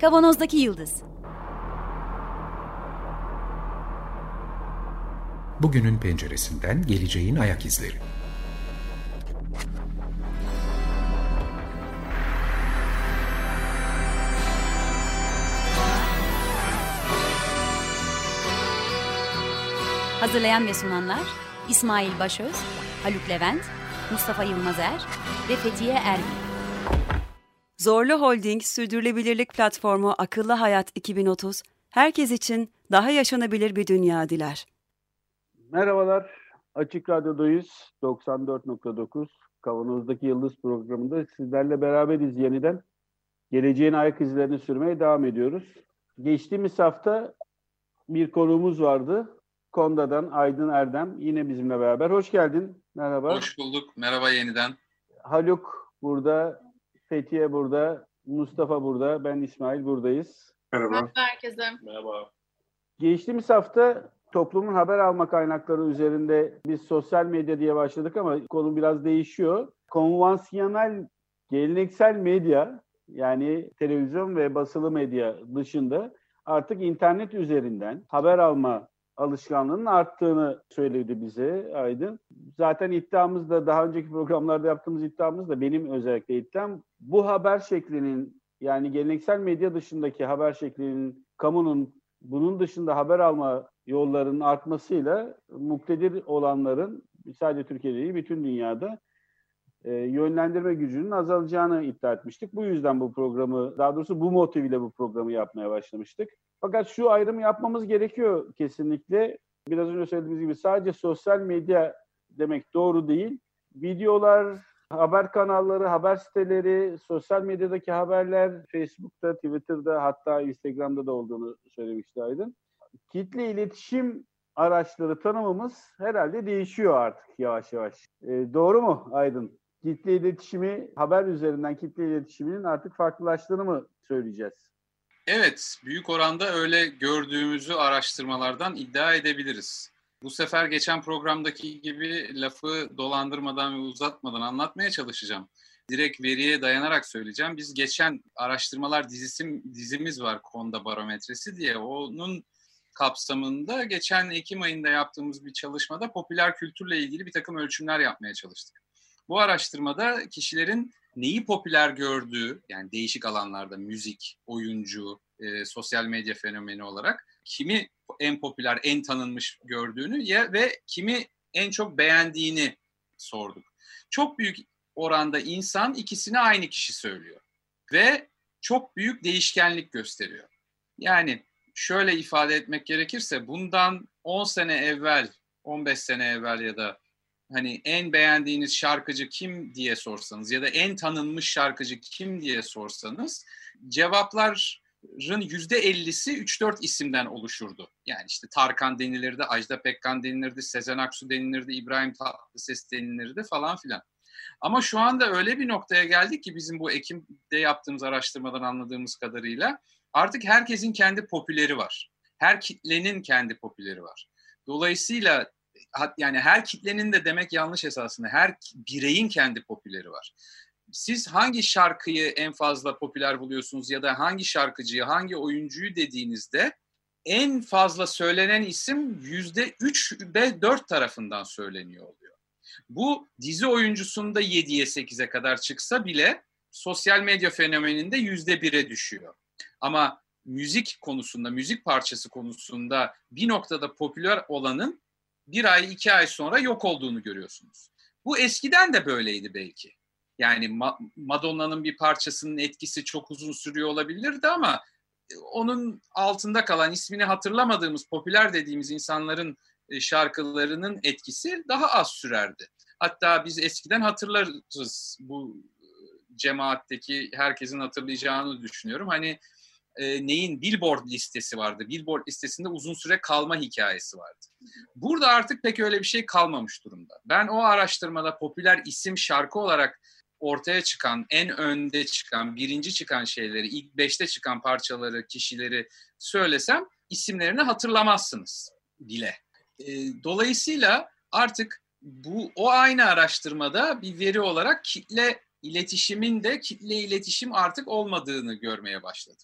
Kavanozdaki Yıldız. Bugünün penceresinden geleceğin ayak izleri. Hazırlayan ve sunanlar İsmail Başöz, Haluk Levent, Mustafa Yılmazer ve Fethiye Erbil. Zorlu Holding Sürdürülebilirlik Platformu Akıllı Hayat 2030, herkes için daha yaşanabilir bir dünya diler. Merhabalar, Açık Radyo'dayız. 94.9 Kavanoz'daki Yıldız programında sizlerle beraberiz yeniden. Geleceğin ayak izlerini sürmeye devam ediyoruz. Geçtiğimiz hafta bir konuğumuz vardı. Konda'dan Aydın Erdem yine bizimle beraber. Hoş geldin. Merhaba. Hoş bulduk. Merhaba yeniden. Haluk burada, Fethiye burada, Mustafa burada, ben İsmail buradayız. Merhaba. Merhaba herkese. Merhaba. Geçtiğimiz hafta toplumun haber alma kaynakları üzerinde biz sosyal medya diye başladık ama konu biraz değişiyor. Konvansiyonel, geleneksel medya yani televizyon ve basılı medya dışında artık internet üzerinden haber alma alışkanlığının arttığını söyledi bize Aydın. Zaten iddiamız da daha önceki programlarda yaptığımız iddiamız da benim özellikle iddiam bu haber şeklinin yani geleneksel medya dışındaki haber şeklinin kamunun bunun dışında haber alma yollarının artmasıyla muktedir olanların sadece Türkiye'de değil bütün dünyada yönlendirme gücünün azalacağını iddia etmiştik. Bu yüzden bu programı, daha doğrusu bu motiviyle bu programı yapmaya başlamıştık. Fakat şu ayrımı yapmamız gerekiyor kesinlikle. Biraz önce söylediğimiz gibi sadece sosyal medya demek doğru değil. Videolar, haber kanalları, haber siteleri, sosyal medyadaki haberler, Facebook'ta, Twitter'da hatta Instagram'da da olduğunu söylemişti Aydın. Kitle iletişim araçları tanımımız herhalde değişiyor artık yavaş yavaş. Doğru mu Aydın? Kitle iletişimi, haber üzerinden kitle iletişiminin artık farklılaştığını mı söyleyeceğiz? Evet, büyük oranda öyle gördüğümüzü araştırmalardan iddia edebiliriz. Bu sefer geçen programdaki gibi lafı dolandırmadan ve uzatmadan anlatmaya çalışacağım. Direkt veriye dayanarak söyleyeceğim. Biz geçen araştırmalar dizimiz var Konda Barometresi diye. Onun kapsamında geçen Ekim ayında yaptığımız bir çalışmada popüler kültürle ilgili bir takım ölçümler yapmaya çalıştık. Bu araştırmada kişilerin neyi popüler gördüğü, yani değişik alanlarda müzik, oyuncu, sosyal medya fenomeni olarak kimi en popüler, en tanınmış gördüğünü ve kimi en çok beğendiğini sorduk. Çok büyük oranda insan ikisini aynı kişi söylüyor ve çok büyük değişkenlik gösteriyor. Yani şöyle ifade etmek gerekirse bundan 10 sene evvel, 15 sene evvel ya da hani en beğendiğiniz şarkıcı kim diye sorsanız ya da en tanınmış şarkıcı kim diye sorsanız cevapların %50'si 3-4 isimden oluşurdu. Yani işte Tarkan denilirdi, Ajda Pekkan denilirdi, Sezen Aksu denilirdi, İbrahim Tatlıses denilirdi falan filan. Ama şu anda öyle bir noktaya geldik ki bizim bu Ekim'de yaptığımız araştırmadan anladığımız kadarıyla artık herkesin kendi popüleri var. Her kitlenin kendi popüleri var. Dolayısıyla yani her kitlenin de demek yanlış esasında. Her bireyin kendi popüleri var. Siz hangi şarkıyı en fazla popüler buluyorsunuz ya da hangi şarkıcıyı, hangi oyuncuyu dediğinizde en fazla söylenen isim %3 ve 4 tarafından söyleniyor oluyor. Bu dizi oyuncusunda 7'ye 8'e kadar çıksa bile sosyal medya fenomeninde %1'e düşüyor. Ama müzik konusunda, müzik parçası konusunda bir noktada popüler olanın 1 ay, 2 ay sonra yok olduğunu görüyorsunuz. Bu eskiden de böyleydi belki. Yani Madonna'nın bir parçasının etkisi çok uzun sürüyor olabilirdi ama onun altında kalan ismini hatırlamadığımız, popüler dediğimiz insanların şarkılarının etkisi daha az sürerdi. Hatta biz eskiden hatırlarız bu cemaatteki herkesin hatırlayacağını düşünüyorum. Hani neyin Billboard listesi vardı. Billboard listesinde uzun süre kalma hikayesi vardı. Burada artık pek öyle bir şey kalmamış durumda. Ben o araştırmada popüler isim şarkı olarak ortaya çıkan, en önde çıkan, birinci çıkan şeyleri, ilk 5'te çıkan parçaları, kişileri söylesem isimlerini hatırlamazsınız bile. Dolayısıyla artık o aynı araştırmada bir veri olarak kitle iletişimin de kitle iletişim artık olmadığını görmeye başladım.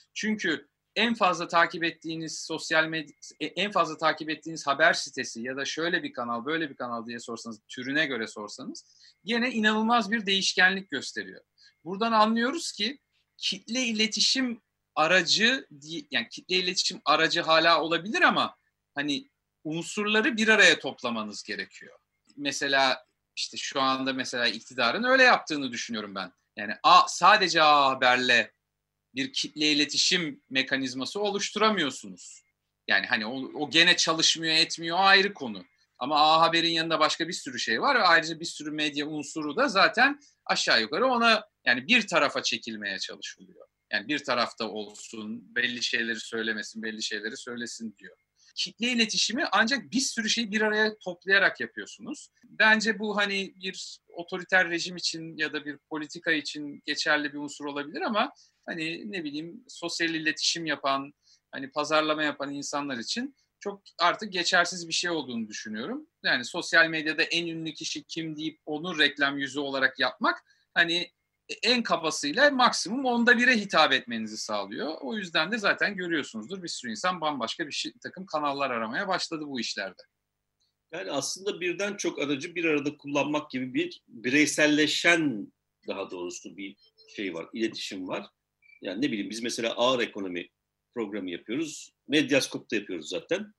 Çünkü en fazla takip ettiğiniz sosyal medya, en fazla takip ettiğiniz haber sitesi ya da şöyle bir kanal, böyle bir kanal diye sorsanız, türüne göre sorsanız yine inanılmaz bir değişkenlik gösteriyor. Buradan anlıyoruz ki kitle iletişim aracı, yani kitle iletişim aracı hala olabilir ama hani unsurları bir araya toplamanız gerekiyor. Mesela işte şu anda mesela iktidarın öyle yaptığını düşünüyorum ben. Yani sadece A Haber'le bir kitle iletişim mekanizması oluşturamıyorsunuz. Yani hani o gene çalışmıyor, etmiyor, ayrı konu. Ama A Haber'in yanında başka bir sürü şey var. Ayrıca bir sürü medya unsuru da zaten aşağı yukarı ona, yani bir tarafa çekilmeye çalışılıyor. Yani bir tarafta olsun, belli şeyleri söylemesin, belli şeyleri söylesin diyor. Kitle iletişimi ancak bir sürü şeyi bir araya toplayarak yapıyorsunuz. Bence bu hani bir otoriter rejim için ya da bir politika için geçerli bir unsur olabilir ama hani ne bileyim sosyal iletişim yapan, hani pazarlama yapan insanlar için çok artık geçersiz bir şey olduğunu düşünüyorum. Yani sosyal medyada en ünlü kişi kim deyip onu reklam yüzü olarak yapmak hani en kabasıyla maksimum 1/10'e hitap etmenizi sağlıyor. O yüzden de zaten görüyorsunuzdur bir sürü insan bambaşka bir takım kanallar aramaya başladı bu işlerde. Yani aslında birden çok aracı bir arada kullanmak gibi bir bireyselleşen, daha doğrusu bir şey var, iletişim var. Yani ne bileyim biz mesela ağır ekonomi programı yapıyoruz. Medyaskop'ta yapıyoruz zaten.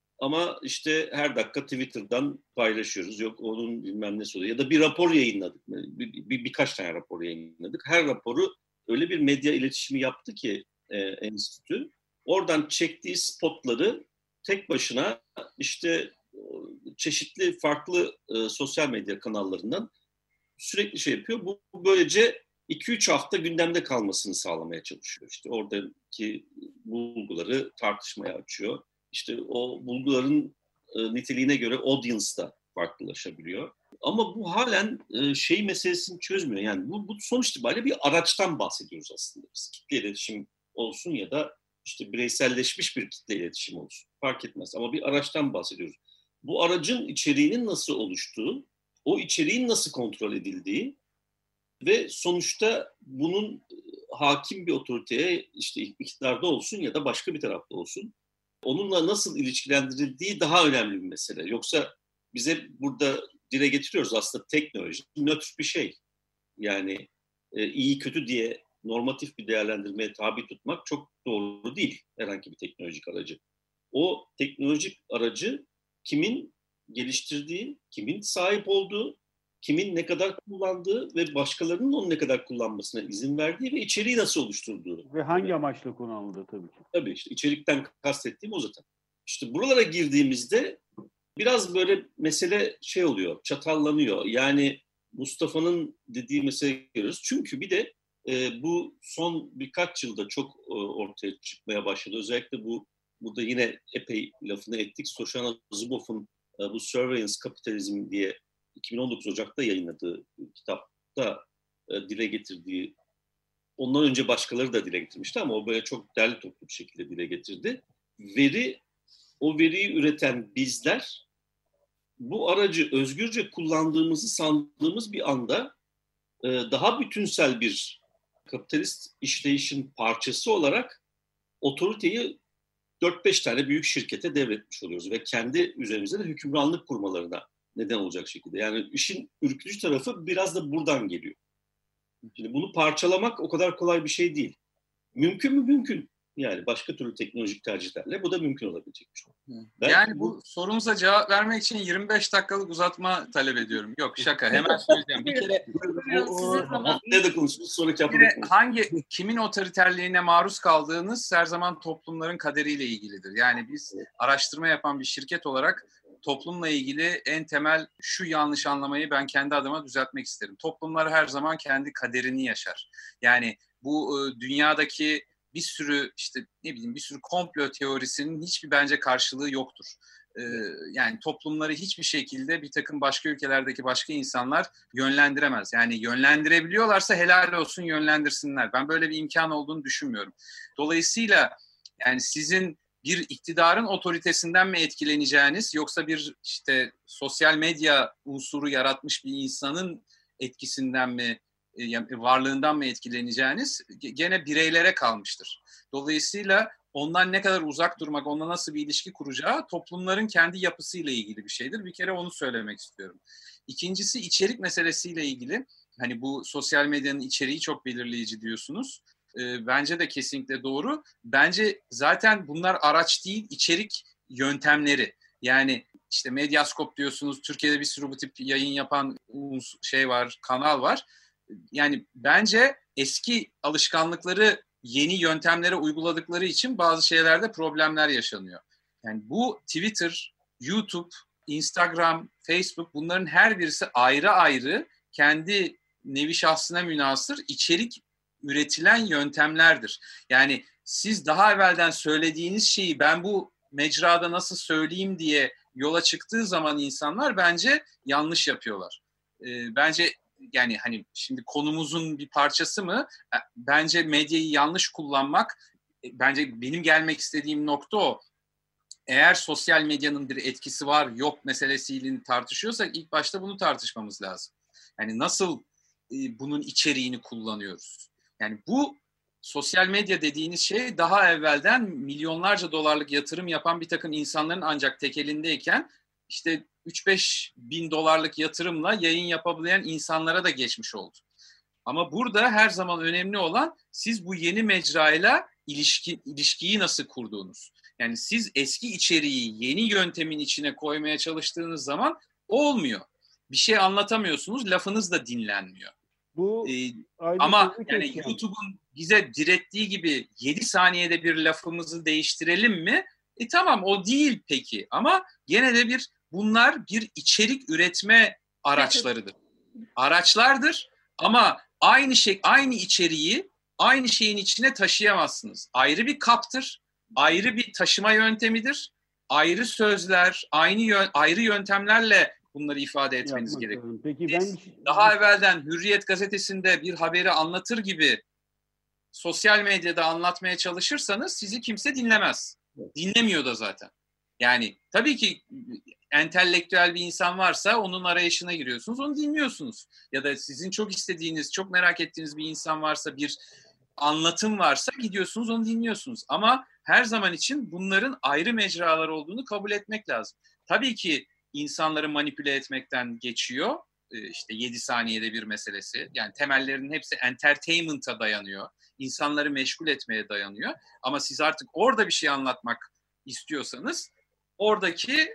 Ama işte her dakika Twitter'dan paylaşıyoruz. Yok onun bilmem nesi oluyor. Ya da bir rapor yayınladık. Birkaç tane rapor yayınladık. Her raporu öyle bir medya iletişimi yaptı ki enstitü. Oradan çektiği spotları tek başına işte çeşitli farklı sosyal medya kanallarından sürekli şey yapıyor. Bu böylece 2-3 hafta gündemde kalmasını sağlamaya çalışıyor. İşte oradaki bulguları tartışmaya açıyor. İşte o bulguların niteliğine göre audience da farklılaşabiliyor. Ama bu halen şey meselesini çözmüyor. Yani bu sonuç itibariyle bir araçtan bahsediyoruz aslında. Biz kitle iletişim olsun ya da işte bireyselleşmiş bir kitle iletişim olsun. Fark etmez ama bir araçtan bahsediyoruz. Bu aracın içeriğinin nasıl oluştuğu, o içeriğin nasıl kontrol edildiği ve sonuçta bunun hakim bir otoriteye, işte iktidarda olsun ya da başka bir tarafta olsun, onunla nasıl ilişkilendirildiği daha önemli bir mesele. Yoksa bize burada dile getiriyoruz aslında teknoloji nötr bir şey. Yani iyi kötü diye normatif bir değerlendirmeye tabi tutmak çok doğru değil herhangi bir teknolojik aracı. O teknolojik aracı kimin geliştirdiği, kimin sahip olduğu, kimin ne kadar kullandığı ve başkalarının onu ne kadar kullanmasına izin verdiği ve içeriği nasıl oluşturduğu. Ve hangi amaçla kullanıldığı tabii ki. Tabii işte içerikten kastettiğim o zaten. İşte buralara girdiğimizde biraz böyle mesele şey oluyor, çatallanıyor. Yani Mustafa'nın dediği meseleyi görüyoruz. Çünkü bir de bu son birkaç yılda çok ortaya çıkmaya başladı. Özellikle burada yine epey lafını ettik. Shoshana Zuboff'un bu Surveillance Capitalism diye 2019 Ocak'ta yayınladığı kitapta dile getirdiği, ondan önce başkaları da dile getirmişti ama o böyle çok derli toplu bir şekilde dile getirdi. O veriyi üreten bizler bu aracı özgürce kullandığımızı sandığımız bir anda daha bütünsel bir kapitalist işleyişin parçası olarak otoriteyi 4-5 tane büyük şirkete devretmiş oluyoruz ve kendi üzerimizde de hükümranlık kurmalarına neden olacak şekilde. Yani işin ürkütücü tarafı biraz da buradan geliyor. Şimdi bunu parçalamak o kadar kolay bir şey değil. Mümkün mü? Mümkün. Yani başka türlü teknolojik tercihlerle bu da mümkün olabilecek bir şey. Yani bu sorumuza cevap vermek için 25 dakikalık uzatma talep ediyorum. Yok şaka, hemen söyleyeceğim. Bir kere ne de konuşuruz, sonraki hafta kimin otoriterliğine maruz kaldığınız her zaman toplumların kaderiyle ilgilidir. Yani biz araştırma yapan bir şirket olarak toplumla ilgili en temel şu yanlış anlamayı ben kendi adıma düzeltmek isterim. Toplumlar her zaman kendi kaderini yaşar. Yani bu dünyadaki bir sürü bir sürü komplo teorisinin hiçbir bence karşılığı yoktur. Yani toplumları hiçbir şekilde bir takım başka ülkelerdeki başka insanlar yönlendiremez. Yani yönlendirebiliyorlarsa helal olsun, yönlendirsinler. Ben böyle bir imkan olduğunu düşünmüyorum. Dolayısıyla yani sizin bir iktidarın otoritesinden mi etkileneceğiniz yoksa bir sosyal medya unsuru yaratmış bir insanın etkisinden mi varlığından mı etkileneceğiniz gene bireylere kalmıştır. Dolayısıyla ondan ne kadar uzak durmak, onunla nasıl bir ilişki kuracağı toplumların kendi yapısıyla ilgili bir şeydir. Bir kere onu söylemek istiyorum. İkincisi içerik meselesiyle ilgili. Hani bu sosyal medyanın içeriği çok belirleyici diyorsunuz. Bence de kesinlikle doğru. Bence zaten bunlar araç değil, içerik yöntemleri. Yani işte Medyaskop diyorsunuz, Türkiye'de bir sürü bu tip yayın yapan kanal var. Yani bence eski alışkanlıkları yeni yöntemlere uyguladıkları için bazı şeylerde problemler yaşanıyor. Yani bu Twitter, YouTube, Instagram, Facebook, bunların her birisi ayrı ayrı kendi nevi şahsına münhasır içerik üretilen yöntemlerdir. Yani siz daha evvelden söylediğiniz şeyi ben bu mecrada nasıl söyleyeyim diye yola çıktığı zaman insanlar bence yanlış yapıyorlar. Bence yani hani şimdi konumuzun bir parçası mı? Bence medyayı yanlış kullanmak, bence benim gelmek istediğim nokta o. Eğer sosyal medyanın bir etkisi var yok meselesiyle tartışıyorsak ilk başta bunu tartışmamız lazım. Yani nasıl bunun içeriğini kullanıyoruz? Yani bu sosyal medya dediğiniz şey daha evvelden milyonlarca dolarlık yatırım yapan bir takım insanların ancak tekelindeyken işte 3-5 bin dolarlık yatırımla yayın yapabilen insanlara da geçmiş oldu. Ama burada her zaman önemli olan siz bu yeni mecrayla ilişkiyi nasıl kurduğunuz. Yani siz eski içeriği yeni yöntemin içine koymaya çalıştığınız zaman olmuyor. Bir şey anlatamıyorsunuz, lafınız da dinlenmiyor. Bu ama yani YouTube'un bize direttiği gibi 7 saniyede bir lafımızı değiştirelim mi? Tamam o değil peki ama gene de bunlar bir içerik üretme araçlarıdır. Araçlardır ama aynı içeriği aynı şeyin içine taşıyamazsınız. Ayrı bir kaptır, ayrı bir taşıma yöntemidir. Ayrı sözler, ayrı yöntemlerle bunları ifade etmeniz gerekiyor. Peki daha evvelden Hürriyet gazetesinde bir haberi anlatır gibi sosyal medyada anlatmaya çalışırsanız sizi kimse dinlemez. Dinlemiyor da zaten. Yani tabii ki entelektüel bir insan varsa onun arayışına giriyorsunuz, onu dinliyorsunuz. Ya da sizin çok istediğiniz, çok merak ettiğiniz bir insan varsa, bir anlatım varsa gidiyorsunuz, onu dinliyorsunuz. Ama her zaman için bunların ayrı mecralar olduğunu kabul etmek lazım. Tabii ki insanları manipüle etmekten geçiyor. İşte 7 saniyede bir meselesi. Yani temellerinin hepsi entertainment'a dayanıyor. İnsanları meşgul etmeye dayanıyor. Ama siz artık orada bir şey anlatmak istiyorsanız oradaki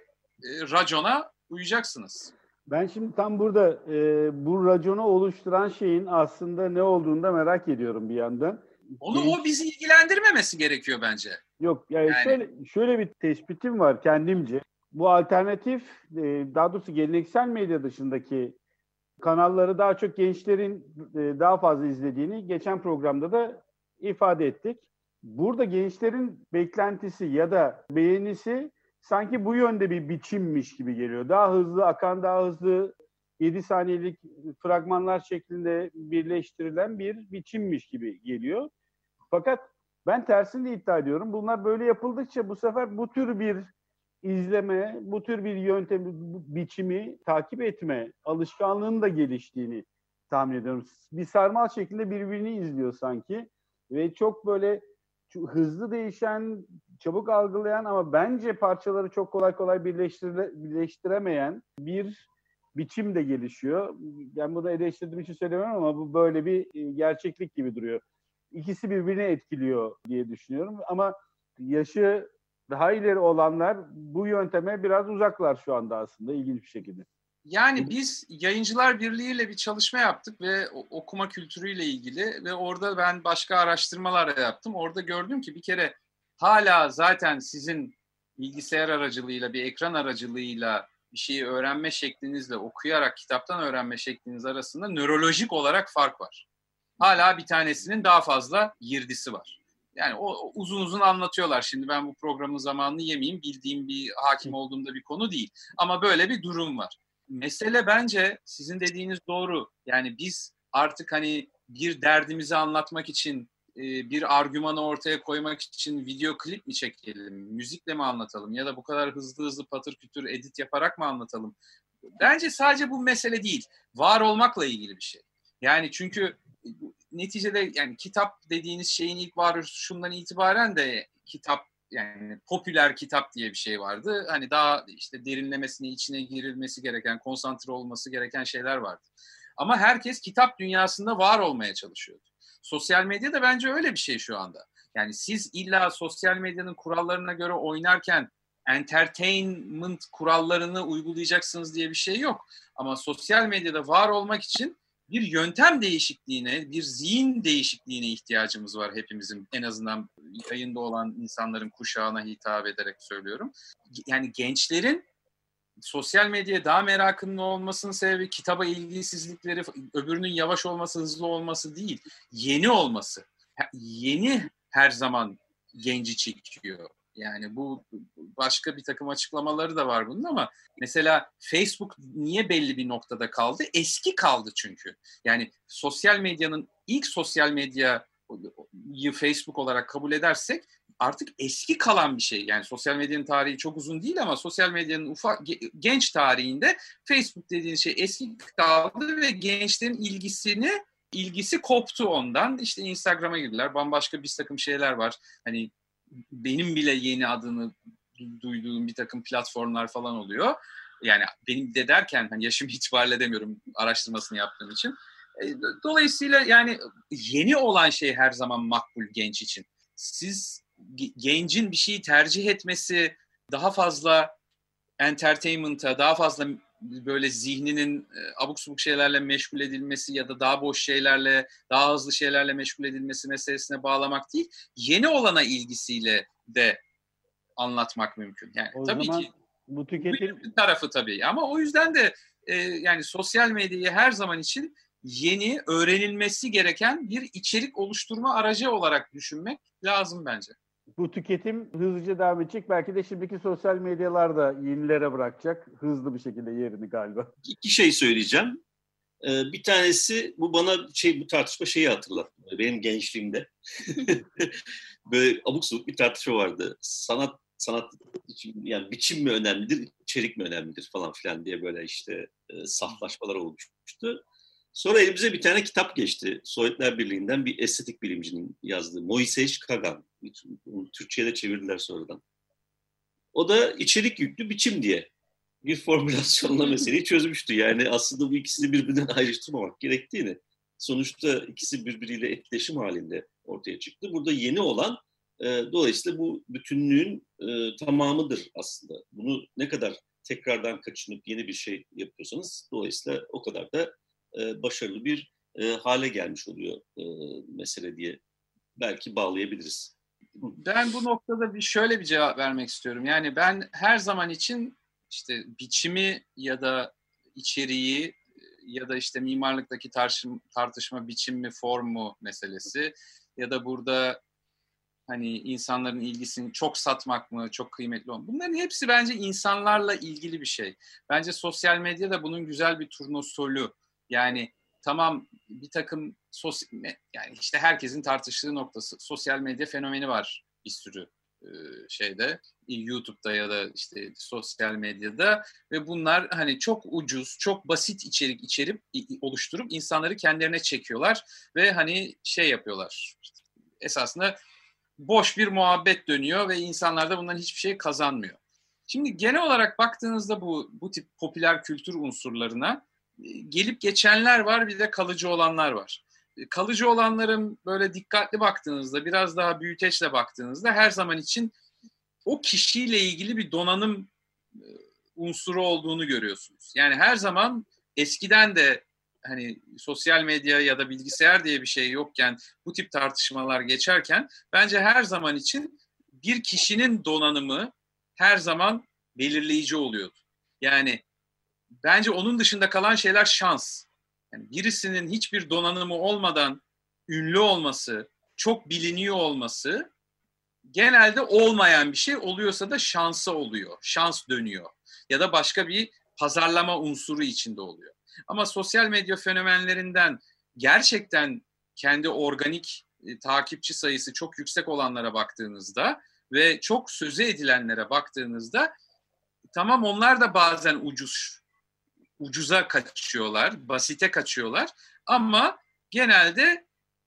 racona uyacaksınız. Ben şimdi tam burada bu raconu oluşturan şeyin aslında ne olduğunu da merak ediyorum bir yandan. O bizi ilgilendirmemesi gerekiyor bence. Yok yani şöyle bir tespitim var kendimce. Bu alternatif, daha doğrusu geleneksel medya dışındaki kanalları daha çok gençlerin daha fazla izlediğini geçen programda da ifade ettik. Burada gençlerin beklentisi ya da beğenisi sanki bu yönde bir biçimmiş gibi geliyor. Daha hızlı akan, daha hızlı 7 saniyelik fragmanlar şeklinde birleştirilen bir biçimmiş gibi geliyor. Fakat ben tersini de iddia ediyorum. Bunlar böyle yapıldıkça bu sefer bu tür bir izleme, bu tür bir yöntemi, biçimi takip etme alışkanlığının da geliştiğini tahmin ediyorum. Bir sarmal şekilde birbirini izliyor sanki ve çok böyle hızlı değişen, çabuk algılayan ama bence parçaları çok kolay kolay birleştiremeyen bir biçim de gelişiyor. Ben bunu eleştirdiğim için söylemiyorum ama bu böyle bir gerçeklik gibi duruyor. İkisi birbirini etkiliyor diye düşünüyorum ama yaşı daha ileri olanlar bu yönteme biraz uzaklar şu anda aslında ilginç bir şekilde. Yani biz Yayıncılar Birliği ile bir çalışma yaptık ve okuma kültürüyle ilgili ve orada ben başka araştırmalar yaptım. Orada gördüm ki bir kere hala zaten sizin bilgisayar aracılığıyla, bir ekran aracılığıyla bir şeyi öğrenme şeklinizle okuyarak kitaptan öğrenme şekliniz arasında nörolojik olarak fark var. Hala bir tanesinin daha fazla girdisi var. Yani o uzun uzun anlatıyorlar. Şimdi ben bu programın zamanını yemeyeyim. Bildiğim bir hakim olduğumda bir konu değil. Ama böyle bir durum var. Mesele bence sizin dediğiniz doğru. Yani biz artık hani bir derdimizi anlatmak için, bir argümanı ortaya koymak için video klip mi çekelim, müzikle mi anlatalım ya da bu kadar hızlı hızlı patır kütür edit yaparak mı anlatalım? Bence sadece bu mesele değil. Var olmakla ilgili bir şey. Yani çünkü neticede yani kitap dediğiniz şeyin ilk varoluşundan itibaren de kitap, yani popüler kitap diye bir şey vardı. Hani daha işte derinlemesine içine girilmesi gereken, konsantre olması gereken şeyler vardı. Ama herkes kitap dünyasında var olmaya çalışıyordu. Sosyal medya da bence öyle bir şey şu anda. Yani siz illa sosyal medyanın kurallarına göre oynarken entertainment kurallarını uygulayacaksınız diye bir şey yok. Ama sosyal medyada var olmak için bir yöntem değişikliğine, bir zihin değişikliğine ihtiyacımız var hepimizin. En azından yayında olan insanların kuşağına hitap ederek söylüyorum. Yani gençlerin sosyal medyaya daha merakının olmasının sebebi kitaba ilgisizlikleri, öbürünün yavaş olması, hızlı olması değil, yeni olması. Yeni her zaman genci çekiyor. Yani bu başka bir takım açıklamaları da var bunun ama mesela Facebook niye belli bir noktada kaldı? Eski kaldı çünkü. Yani sosyal medyanın ilk sosyal medyayı Facebook olarak kabul edersek artık eski kalan bir şey. Yani sosyal medyanın tarihi çok uzun değil ama sosyal medyanın genç tarihinde Facebook dediğin şey eski kaldı ve gençlerin ilgisi koptu ondan. İşte Instagram'a girdiler. Bambaşka bir takım şeyler var. Hani benim bile yeni adını duyduğum bir takım platformlar falan oluyor. Yani benim de derken hani yaşım itibariyle demiyorum, araştırmasını yaptığım için. Dolayısıyla yani yeni olan şey her zaman makbul genç için. Siz gencin bir şeyi tercih etmesi, daha fazla entertainment'a, daha fazla böyle zihninin abuk subuk şeylerle meşgul edilmesi ya da daha boş şeylerle, daha hızlı şeylerle meşgul edilmesi meselesine bağlamak değil, yeni olana ilgisiyle de anlatmak mümkün. Yani o tabii zaman ki bu tüketim bir tarafı tabii ama o yüzden de yani sosyal medyayı her zaman için yeni, öğrenilmesi gereken bir içerik oluşturma aracı olarak düşünmek lazım bence. Bu tüketim hızlıca devam edecek. Belki de şimdiki sosyal medyalar da yenilere bırakacak hızlı bir şekilde yerini galiba. İki şey söyleyeceğim. Bir tanesi bu bana bu tartışma şeyi hatırlattı. Benim gençliğimde böyle abuk sabuk bir tartışma vardı. Sanat yani biçim mi önemlidir, içerik mi önemlidir falan filan diye böyle işte saflaşmalar olmuştu. Sonra elimize bir tane kitap geçti. Sovyetler Birliği'nden bir estetik bilimcinin yazdığı Moisej Kagan. Türkçe'ye de çevirdiler sonradan. O da içerik yüklü biçim diye bir formülasyonla meseleyi çözmüştü. Yani aslında bu ikisini birbirinden ayrıştırmamak gerektiğini, sonuçta ikisi birbiriyle etkileşim halinde ortaya çıktı. Burada yeni olan dolayısıyla bu bütünlüğün tamamıdır aslında. Bunu ne kadar tekrardan kaçınıp yeni bir şey yapıyorsanız dolayısıyla o kadar da başarılı bir hale gelmiş oluyor mesele diye belki bağlayabiliriz. Ben bu noktada şöyle bir cevap vermek istiyorum. Yani ben her zaman için işte biçimi ya da içeriği ya da işte mimarlıktaki tartışma biçim mi, form mu meselesi ya da burada hani insanların ilgisini çok satmak mı, çok kıymetli olmak. Bunların hepsi bence insanlarla ilgili bir şey. Bence sosyal medya da bunun güzel bir turnosolü. Yani tamam bir takım yani işte herkesin tartıştığı noktası sosyal medya fenomeni var bir sürü şeyde, YouTube'da ya da işte sosyal medyada ve bunlar hani çok ucuz, çok basit içerik oluşturup insanları kendilerine çekiyorlar ve hani şey yapıyorlar. Esasında boş bir muhabbet dönüyor ve insanlar da bundan hiçbir şey kazanmıyor. Şimdi genel olarak baktığınızda bu tip popüler kültür unsurlarına gelip geçenler var, bir de kalıcı olanlar var. Kalıcı olanların böyle dikkatli baktığınızda, biraz daha büyüteçle baktığınızda her zaman için o kişiyle ilgili bir donanım unsuru olduğunu görüyorsunuz. Yani her zaman eskiden de hani sosyal medya ya da bilgisayar diye bir şey yokken bu tip tartışmalar geçerken bence her zaman için bir kişinin donanımı her zaman belirleyici oluyordu. Yani bence onun dışında kalan şeyler şans. Yani birisinin hiçbir donanımı olmadan ünlü olması, çok biliniyor olması genelde olmayan bir şey, oluyorsa da şansı oluyor. Şans dönüyor. Ya da başka bir pazarlama unsuru içinde oluyor. Ama sosyal medya fenomenlerinden gerçekten kendi organik takipçi sayısı çok yüksek olanlara baktığınızda ve çok sözü edilenlere baktığınızda tamam onlar da bazen ucuza kaçıyorlar, basite kaçıyorlar Ama genelde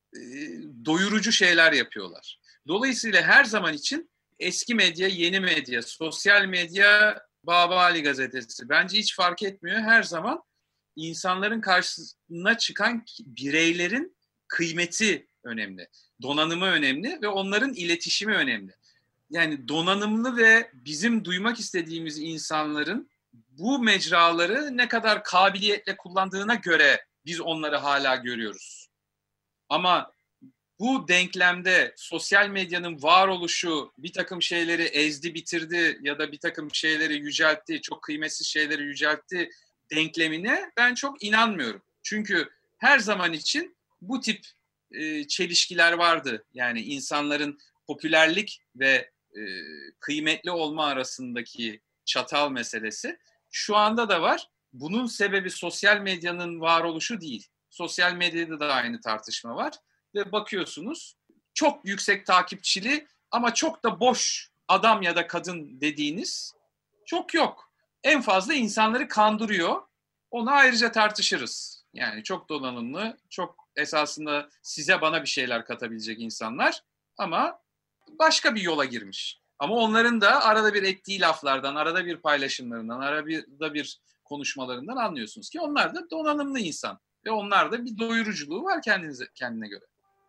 doyurucu şeyler yapıyorlar. Dolayısıyla her zaman için eski medya, yeni medya, sosyal medya, Babali gazetesi bence hiç fark etmiyor. Her zaman insanların karşısına çıkan bireylerin kıymeti önemli. Donanımı önemli ve onların iletişimi önemli. Yani donanımlı ve bizim duymak istediğimiz insanların bu mecraları ne kadar kabiliyetle kullandığına göre biz onları hala görüyoruz. Ama bu denklemde sosyal medyanın varoluşu bir takım şeyleri ezdi, bitirdi ya da bir takım şeyleri yüceltti, çok kıymetsiz şeyleri yüceltti denklemine ben çok inanmıyorum. Çünkü her zaman için bu tip çelişkiler vardı. Yani insanların popülerlik ve kıymetli olma arasındaki çatal meselesi şu anda da var. Bunun sebebi sosyal medyanın varoluşu değil. Sosyal medyada da aynı tartışma var. Ve bakıyorsunuz çok yüksek takipçili ama çok da boş adam ya da kadın dediğiniz çok yok. En fazla insanları kandırıyor. Onu ayrıca tartışırız. Yani çok donanımlı, çok esasında size bana bir şeyler katabilecek insanlar ama başka bir yola girmiş. Ama onların da arada bir ettiği laflardan, arada bir paylaşımlarından, arada bir konuşmalarından anlıyorsunuz ki onlar da donanımlı insan. Ve onlar da bir doyuruculuğu var kendine göre.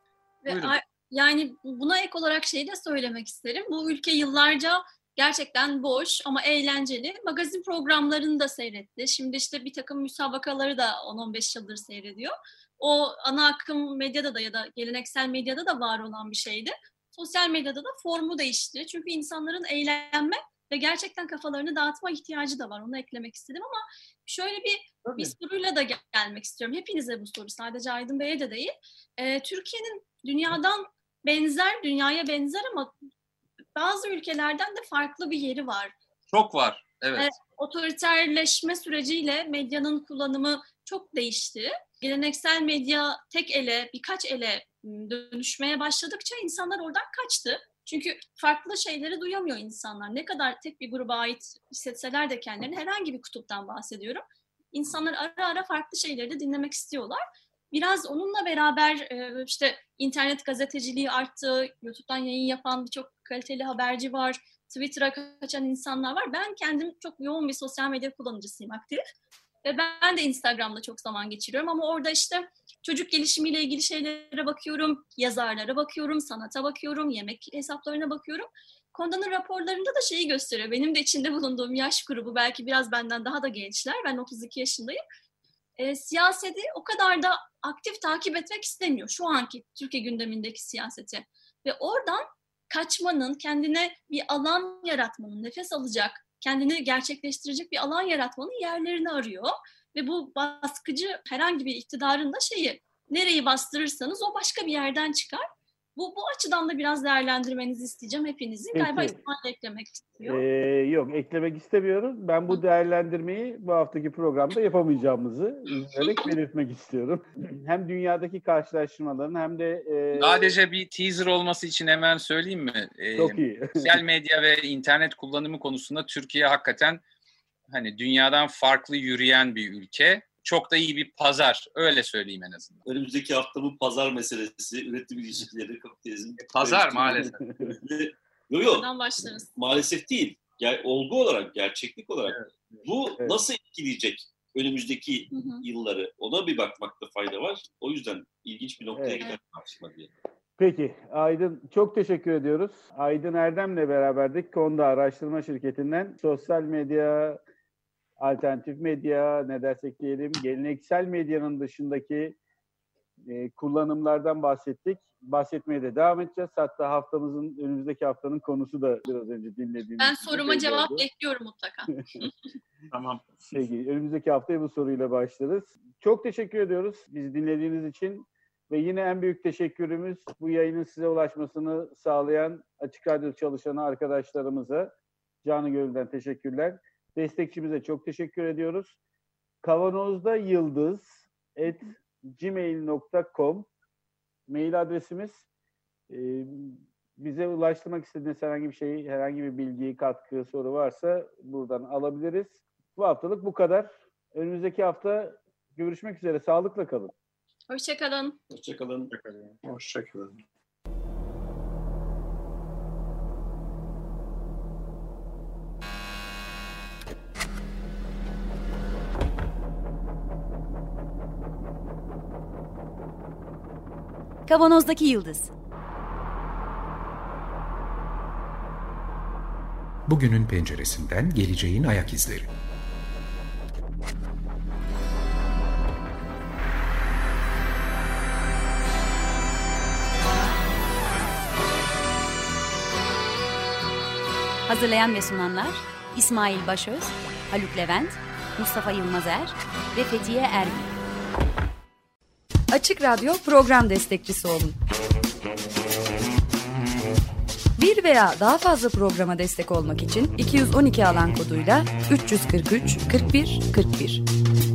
Ve yani buna ek olarak şeyi de söylemek isterim. Bu ülke yıllarca gerçekten boş ama eğlenceli magazin programlarını da seyretti. Şimdi işte bir takım müsabakaları da 10-15 yıldır seyrediyor. O ana akım medyada da ya da geleneksel medyada da var olan bir şeydi. Sosyal medyada da formu değişti. Çünkü insanların eğlenme ve gerçekten kafalarını dağıtma ihtiyacı da var. Onu eklemek istedim ama şöyle bir soruyla da gelmek istiyorum. Hepinize bu soru, sadece Aydın Bey'e de değil. Türkiye'nin dünyaya benzer ama bazı ülkelerden de farklı bir yeri var. Çok var, evet. Otoriterleşme süreciyle medyanın kullanımı çok değişti. Geleneksel medya tek ele, birkaç ele dönüşmeye başladıkça insanlar oradan kaçtı. Çünkü farklı şeyleri duyamıyor insanlar. Ne kadar tek bir gruba ait hissetseler de kendilerini, herhangi bir kutuptan bahsediyorum. İnsanlar ara ara farklı şeyleri de dinlemek istiyorlar. Biraz onunla beraber işte internet gazeteciliği arttı, YouTube'dan yayın yapan birçok kaliteli haberci var, Twitter'a kaçan insanlar var. Ben kendim çok yoğun bir sosyal medya kullanıcısıyım, aktif. Ve ben de Instagram'da çok zaman geçiriyorum ama orada işte çocuk gelişimiyle ilgili şeylere bakıyorum, yazarlara bakıyorum, sanata bakıyorum, yemek hesaplarına bakıyorum. Konda'nın raporlarında da şeyi gösteriyor. Benim de içinde bulunduğum yaş grubu, belki biraz benden daha da gençler, ben 32 yaşındayım. Siyaseti o kadar da aktif takip etmek istemiyor. Şu anki Türkiye gündemindeki siyaseti. Ve oradan kaçmanın, kendine bir alan yaratmanın, nefes alacak, kendini gerçekleştirecek bir alan yaratmanın yerlerini arıyor. Ve bu baskıcı herhangi bir iktidarın da nereyi bastırırsanız o başka bir yerden çıkar. Bu açıdan da biraz değerlendirmenizi isteyeceğim hepinizin. Peki. Galiba İsmail eklemek istiyor. Yok, eklemek istemiyorum. Ben bu değerlendirmeyi bu haftaki programda yapamayacağımızı üzülerek belirtmek istiyorum. Hem dünyadaki karşılaştırmaların hem de... Sadece bir teaser olması için hemen söyleyeyim mi? Çok iyi. Sosyal medya ve internet kullanımı konusunda Türkiye hakikaten hani dünyadan farklı yürüyen bir ülke. Çok da iyi bir pazar. Öyle söyleyeyim en azından. Önümüzdeki hafta bu pazar meselesi, üretim ilişkileri, kapitalizm. Pazar maalesef. Yok. Başlarız. Maalesef değil. Olgu olarak, gerçeklik olarak. Bu Evet. nasıl etkileyecek önümüzdeki yılları? Ona bir bakmakta fayda var. O yüzden ilginç bir noktaya gider tartışma diye. Peki, Aydın, çok teşekkür ediyoruz. Aydın Erdem'le beraberdik. Konda Araştırma Şirketi'nden sosyal medya, alternatif medya, ne dersek diyelim, geleneksel medyanın dışındaki kullanımlardan bahsettik. Bahsetmeye de devam edeceğiz. Hatta önümüzdeki haftanın konusu da biraz önce dinlediğimiz. Ben soruma cevap bekliyorum mutlaka. Tamam. Önümüzdeki haftaya bu soruyla başlarız. Çok teşekkür ediyoruz bizi dinlediğiniz için. Ve yine en büyük teşekkürümüz bu yayının size ulaşmasını sağlayan Açık Radyo çalışan arkadaşlarımıza canı gönülden teşekkürler. Destekçimize çok teşekkür ediyoruz. kavanozdayıldız@gmail.com mail adresimiz. Bize ulaştırmak istediğiniz herhangi bir şey, herhangi bir bilgi, katkı, soru varsa buradan alabiliriz. Bu haftalık bu kadar. Önümüzdeki hafta görüşmek üzere. Sağlıkla kalın. Hoşçakalın. Hoşçakalın. Hoşçakalın. Kavanozdaki Yıldız. Bugünün penceresinden geleceğin ayak izleri. Hazırlayan ve sunanlar İsmail Başöz, Haluk Levent, Mustafa Yılmazer ve Fethiye Erbil. Açık Radyo program destekçisi olun. Bir veya daha fazla programa destek olmak için 212 alan koduyla 343 41 41.